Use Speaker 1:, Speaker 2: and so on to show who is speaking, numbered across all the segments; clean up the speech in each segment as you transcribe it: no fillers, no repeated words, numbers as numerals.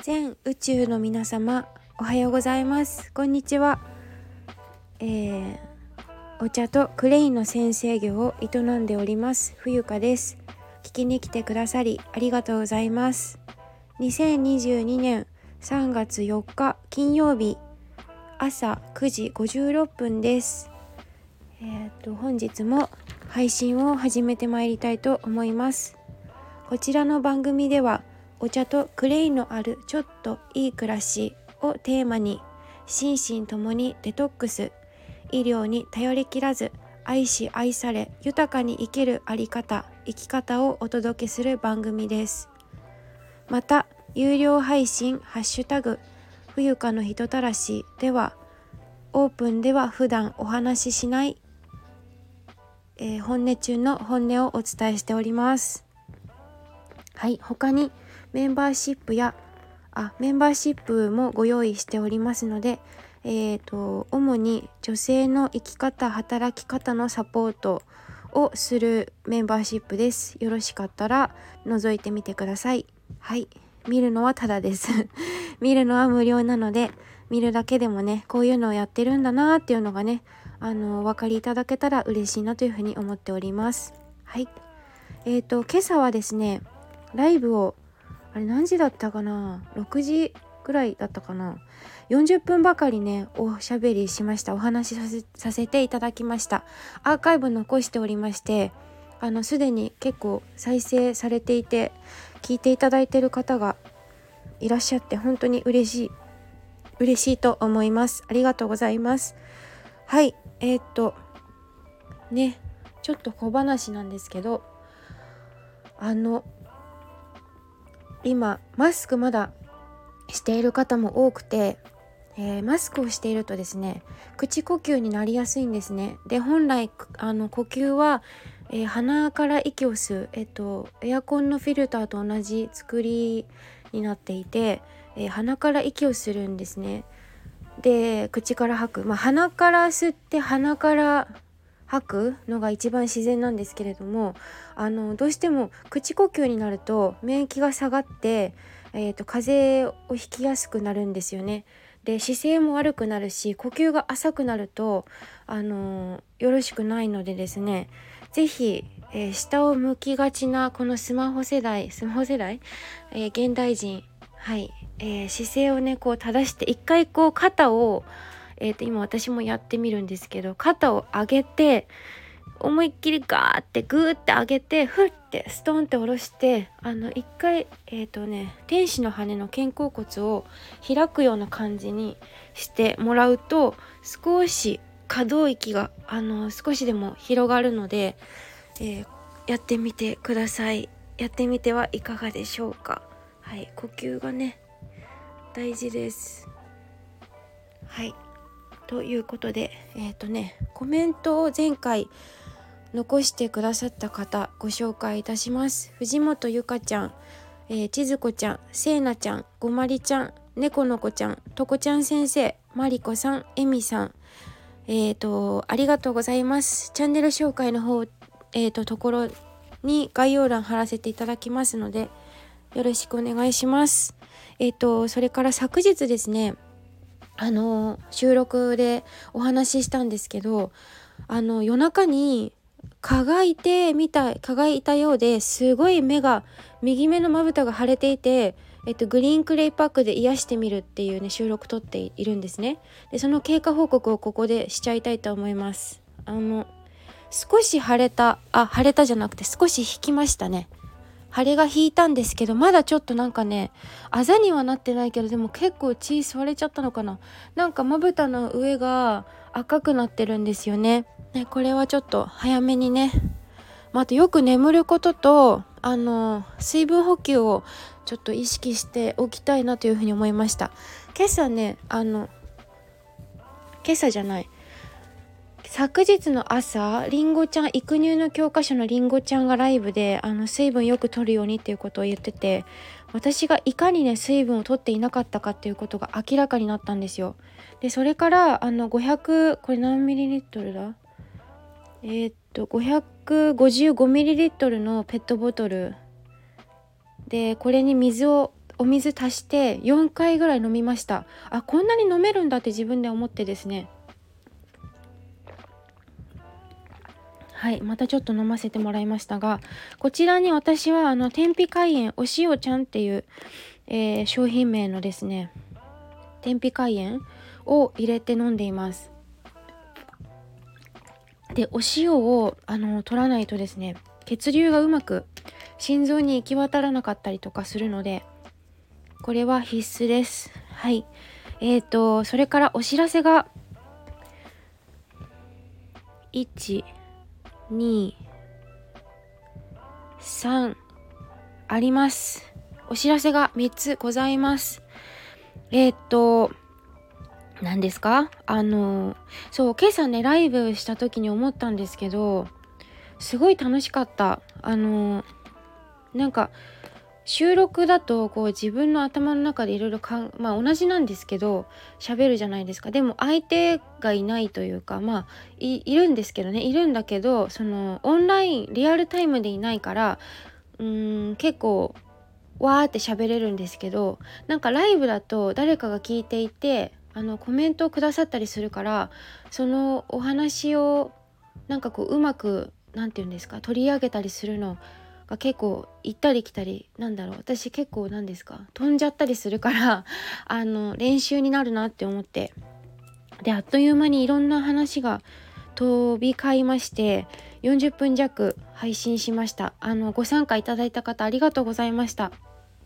Speaker 1: 全宇宙の皆様、おはようございます。こんにちは。お茶とクレイの先生業を営んでおります冬香です。聞きに来てくださりありがとうございます。2022年3月4日金曜日、朝9時56分です。本日も配信を始めてまいりたいと思います。こちらの番組ではお茶とクレイのあるちょっといい暮らしをテーマに、心身ともにデトックス、医療に頼り切らず愛し愛され豊かに生きるあり方、生き方をお届けする番組です。また有料配信ハッシュタグ冬香の人たらしでは、オープンでは普段お話ししない、本音中の本音をお伝えしております。はい、他にメンバーシップもご用意しておりますので、主に女性の生き方、働き方のサポートをするメンバーシップです。よろしかったら覗いてみてください。はい、見るのはタダです見るのは無料なので、見るだけでもね、こういうのをやってるんだなっていうのがね、お分かりいただけたら嬉しいなというふうに思っております。はい、今朝はですね、ライブをあれ何時だったかな、6時ぐらいだったかな、40分ばかりねおしゃべりしました。お話しさせていただきました。アーカイブ残しておりまして、すでに結構再生されていて、聞いていただいている方がいらっしゃって本当に嬉しいと思います。ありがとうございます。はい、ね、ちょっと小話なんですけど、今マスクまだしている方も多くて、マスクをしているとですね、口呼吸になりやすいんですね。で、本来呼吸は、鼻から息を吸う、エアコンのフィルターと同じ作りになっていて、鼻から息をするんですね。で、口から吐く、鼻から吸って鼻から吐くのが一番自然なんですけれども、どうしても口呼吸になると免疫が下がって、風邪をひきやすくなるんですよね。で、姿勢も悪くなるし、呼吸が浅くなるとよろしくないのでですね、ぜひ、下を向きがちなこのスマホ世代、現代人、はい、姿勢をねこう正して、一回こう肩を今私もやってみるんですけど、肩を上げて思いっきりガーってグーって上げて、フッてストンって下ろして、一回天使の羽の肩甲骨を開くような感じにしてもらうと、少し可動域が少しでも広がるので、やってみてください。やってみてはいかがでしょうか。はい、呼吸がね大事です。はい、ということで、コメントを前回残してくださった方ご紹介いたします。藤本ゆかちゃん、千鶴子ちゃん、せいなちゃん、ごまりちゃん、猫の子ちゃん、とこちゃん先生、まりこさん、えみさん、ありがとうございます。チャンネル紹介の方、ところに概要欄貼らせていただきますので、よろしくお願いします。それから昨日ですね、収録でお話ししたんですけど、夜中に蚊がいたようで、すごい右目のまぶたが腫れていて、グリーンクレイパックで癒してみるっていうね収録撮っているんですね。で、その経過報告をここでしちゃいたいと思います。少し腫れたじゃなくて少し引きましたね。腫れが引いたんですけど、まだちょっとなんかね、あざにはなってないけど、でも結構血吸われちゃったのかな。なんかまぶたの上が赤くなってるんですよね。これはちょっと早めにね、あとよく眠ることと水分補給をちょっと意識しておきたいなというふうに思いました。今朝じゃない昨日の朝、りんごちゃん、育乳の教科書のりんごちゃんがライブで水分よく取るようにっていうことを言ってて、私がいかにね水分を取っていなかったかっていうことが明らかになったんですよ。で、それから500、これ何ミリリットルだ、555ミリリットルのペットボトルで、これに水をお水足して4回ぐらい飲みました。こんなに飲めるんだって自分で思ってですね。はい、またちょっと飲ませてもらいましたが、こちらに私は天日海塩お塩ちゃんっていう、商品名のですね、天日海塩を入れて飲んでいます。で、お塩を取らないとですね、血流がうまく心臓に行き渡らなかったりとかするので、これは必須です。はい。それからお知らせが1、2、3あります。お知らせが3つございます。何ですか？そう、今朝ね、ライブした時に思ったんですけど、すごい楽しかった。なんか、収録だとこう自分の頭の中でいろいろ同じなんですけど喋るじゃないですか。でも相手がいないというか、いるんですけどね、いるんだけど、そのオンラインリアルタイムでいないから、結構わーって喋れるんですけど、なんかライブだと誰かが聞いていてコメントをくださったりするから、そのお話をなんかこううまくなんていうんですか、取り上げたりするのが結構行ったり来たり、私結構なんですか、飛んじゃったりするから練習になるなって思って、であっという間にいろんな話が飛び交いまして、40分弱配信しました。ご参加いただいた方ありがとうございました。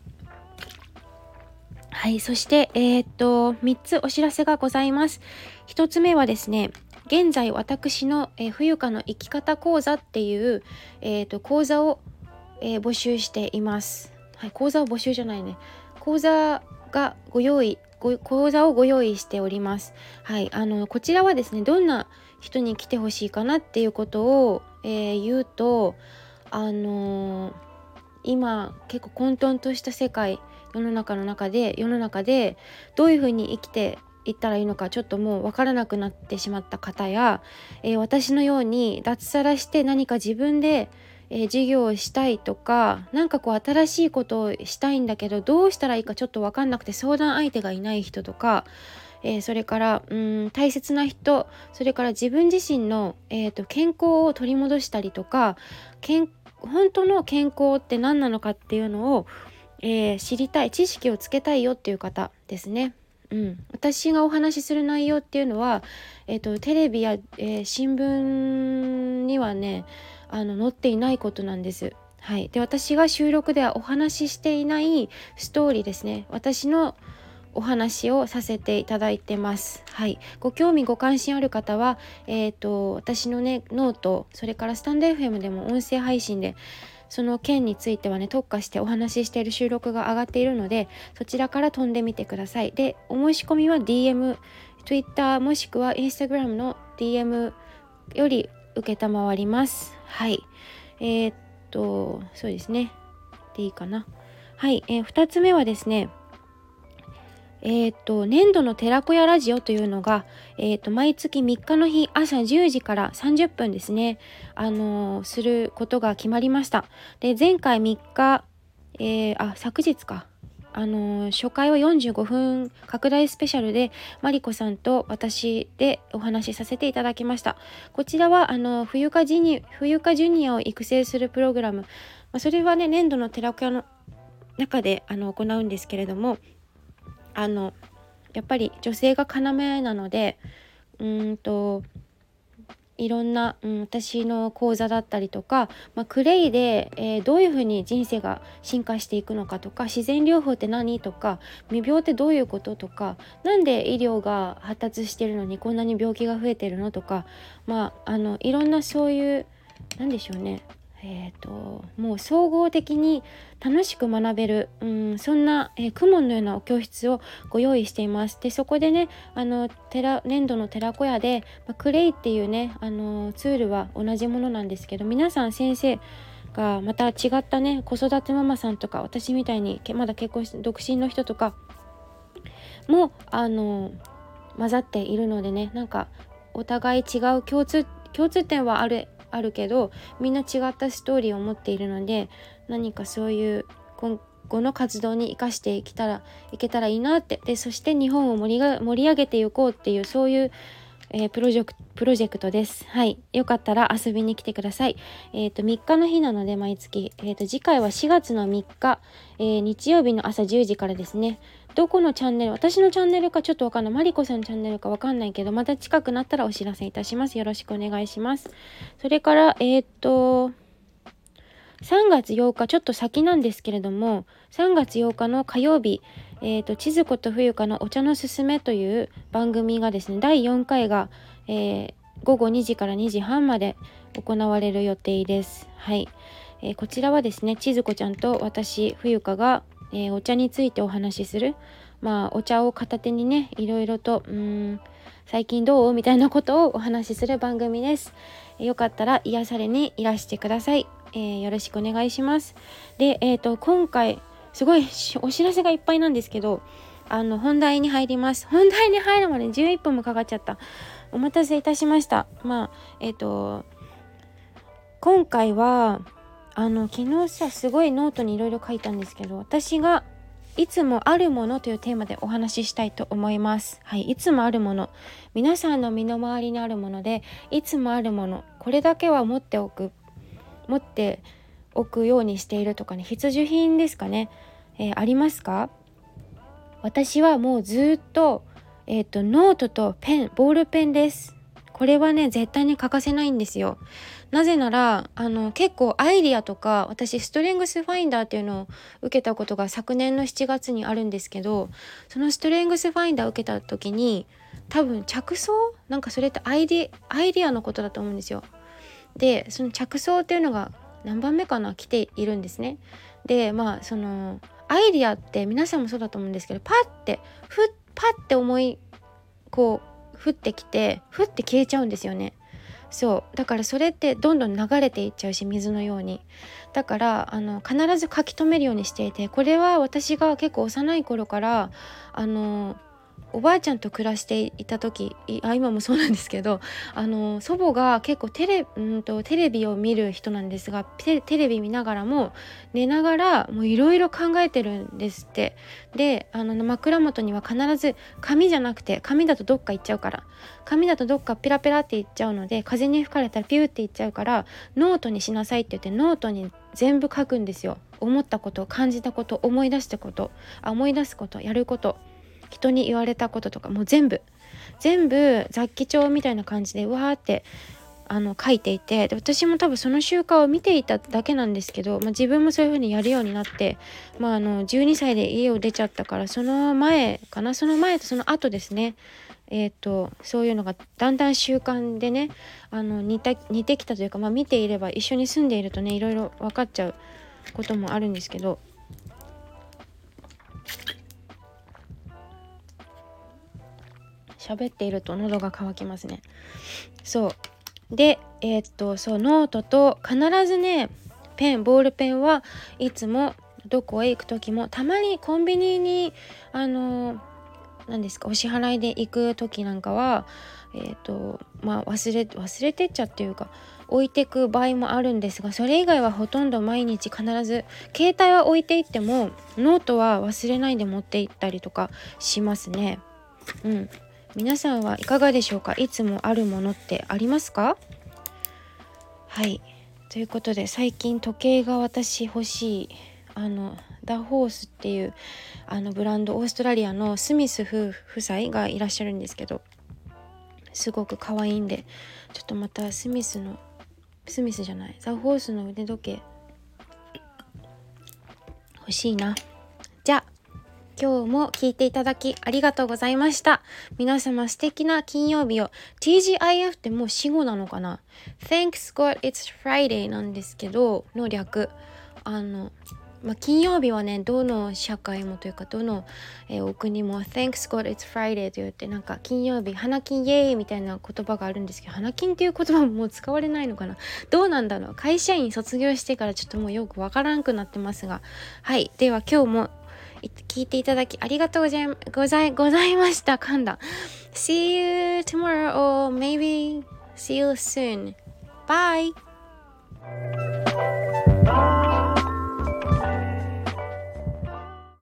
Speaker 1: はい、そして3つお知らせがございます。1つ目はですね、現在私の、冬香の生き方講座っていう、講座を、募集しています。はい、講座を募集じゃないね。講座をご用意しております。はい、こちらはですね、どんな人に来てほしいかなっていうことを、言うと、今結構混沌とした世の中でどういうふうに生きていったらいいのかちょっともう分からなくなってしまった方や、私のように脱サラして何か自分で、事業をしたいとか、なんかこう新しいことをしたいんだけどどうしたらいいかちょっと分かんなくて相談相手がいない人とか、それから大切な人、それから自分自身の、健康を取り戻したりとか、本当の健康って何なのかっていうのを、知りたい、知識をつけたいよっていう方ですね。私がお話しする内容っていうのは、テレビや、新聞にはね載っていないことなんです。はい、で私が収録ではお話ししていないストーリーですね。私のお話をさせていただいてます。はい、ご興味ご関心ある方は、私のねノート、それからスタンド FM でも音声配信でその件についてはね特化してお話ししている収録が上がっているので、そちらから飛んでみてください。で、お申し込みは DM、Twitter もしくは Instagram の DM より承ります。はい。そうですね。でいいかな。はい。2つ目はですね、年度の寺子屋ラジオというのが、毎月3日の日朝10時から30分ですね、することが決まりました。で、前回3日、昨日か。初回は45分拡大スペシャルでマリコさんと私でお話しさせていただきました。こちらは冬香ジュニアを育成するプログラム、それはね年度の寺子屋の中で行うんですけれども、やっぱり女性が要なのでいろんな、私の講座だったりとか、クレイで、どういうふうに人生が進化していくのかとか、自然療法って何とか、未病ってどういうこととか、なんで医療が発達してるのにこんなに病気が増えてるのとか、いろんなそういうなんでしょうね、もう総合的に楽しく学べる、そんな、クモンのようなお教室をご用意しています。でそこでね粘土の寺子屋で、クレイっていうねツールは同じものなんですけど、皆さん先生がまた違ったね子育てママさんとか、私みたいにまだ結婚して独身の人とかも混ざっているのでね、なんかお互い違う共通点はあるけど、みんな違ったストーリーを持っているので、何かそういう今この活動に生かしていけたらいいなって。でそして日本を盛り上げていこうっていう、そういうプロジェクトです。はい、よかったら遊びに来てください。3日の日なので毎月、次回は4月の3日、日曜日の朝10時からですね。どこのチャンネル、私のチャンネルかちょっとわかんない、マリコさんのチャンネルかわかんないけど、また近くなったらお知らせいたします。よろしくお願いします。それから3月8日、ちょっと先なんですけれども、3月8日の火曜日、千鶴子と冬香のお茶のすすめという番組がですね、第4回が、午後2時から2時半まで行われる予定です。はい、こちらはですね、千鶴子ちゃんと私冬香が、お茶についてお話しする、お茶を片手にね、いろいろと最近どうみたいなことをお話しする番組です。よかったら癒されにいらしてください。よろしくお願いします。で、今回すごいお知らせがいっぱいなんですけど、本題に入ります。本題に入るまで11分もかかっちゃった。お待たせいたしました。今回は昨日すごいノートにいろいろ書いたんですけど、私がいつもあるものというテーマでお話ししたいと思います。はい、いつもあるもの、皆さんの身の回りにあるもので、いつもあるもの、これだけは持っておくようにしているとかね、必需品ですかね、ありますか？私はもうずっと、ノートとボールペンです。これはね絶対に欠かせないんですよ。なぜなら結構アイディアとか、私ストレングスファインダーっていうのを受けたことが昨年の7月にあるんですけど、そのストレングスファインダーを受けた時に多分着想、なんかそれってアイディアのことだと思うんですよ。でその着想っていうのが何番目かな、来ているんですね。でそのアイディアって皆さんもそうだと思うんですけど、パッて思い降ってきて降って消えちゃうんですよね。そうだからそれってどんどん流れていっちゃうし、水のように。だから必ず書き留めるようにしていて、これは私が結構幼い頃からおばあちゃんと暮らしていた時、今もそうなんですけど、祖母が結構テレビを見る人なんですが、テレビ見ながらも寝ながらもういろいろ考えてるんですって。で枕元には必ず紙じゃなくて、紙だとどっか行っちゃうから、紙だとどっかペラペラって行っちゃうので、風に吹かれたらピューって行っちゃうから、ノートにしなさいって言ってノートに全部書くんですよ。思ったこと、感じたこと、思い出すこと、やること、人に言われたこととか、もう全部雑記帳みたいな感じでわーって書いていて、で私も多分その習慣を見ていただけなんですけど、自分もそういう風にやるようになって、12歳で家を出ちゃったから、その前とその後ですね、そういうのがだんだん習慣でね、似てきたというか、見ていれば一緒に住んでいるとね、いろいろ分かっちゃうこともあるんですけど、喋っていると喉が渇きますね。そうでそうノートと必ずね、ボールペンはいつもどこへ行く時も、たまにコンビニに何ですか、お支払いで行く時なんかは忘れてっちゃっていうか置いてく場合もあるんですが、それ以外はほとんど毎日必ず、携帯は置いていってもノートは忘れないで持って行ったりとかしますね。皆さんはいかがでしょうか？いつもあるものってありますか？はい、ということで、最近時計が私欲しい、ダホースっていうブランド、オーストラリアのスミス夫妻がいらっしゃるんですけど、すごく可愛いんで、ちょっとまたザ・ホースの腕時計欲しいな。じゃあ今日も聞いていただきありがとうございました。皆様素敵な金曜日を。 TGIF ってもう死語なのかな？ Thanks God It's Friday なんですけどの略。金曜日はね、どの社会もというかどの、お国も Thanks God It's Friday と言って、なんか金曜日花金イエーイみたいな言葉があるんですけど、花金っていう言葉ももう使われないのかな、どうなんだろう。会社員卒業してからちょっともうよくわからんくなってますが、はい、では今日も聞いていただきありがとうございました。噛んだ。 See you tomorrow or maybe see you soon. Bye.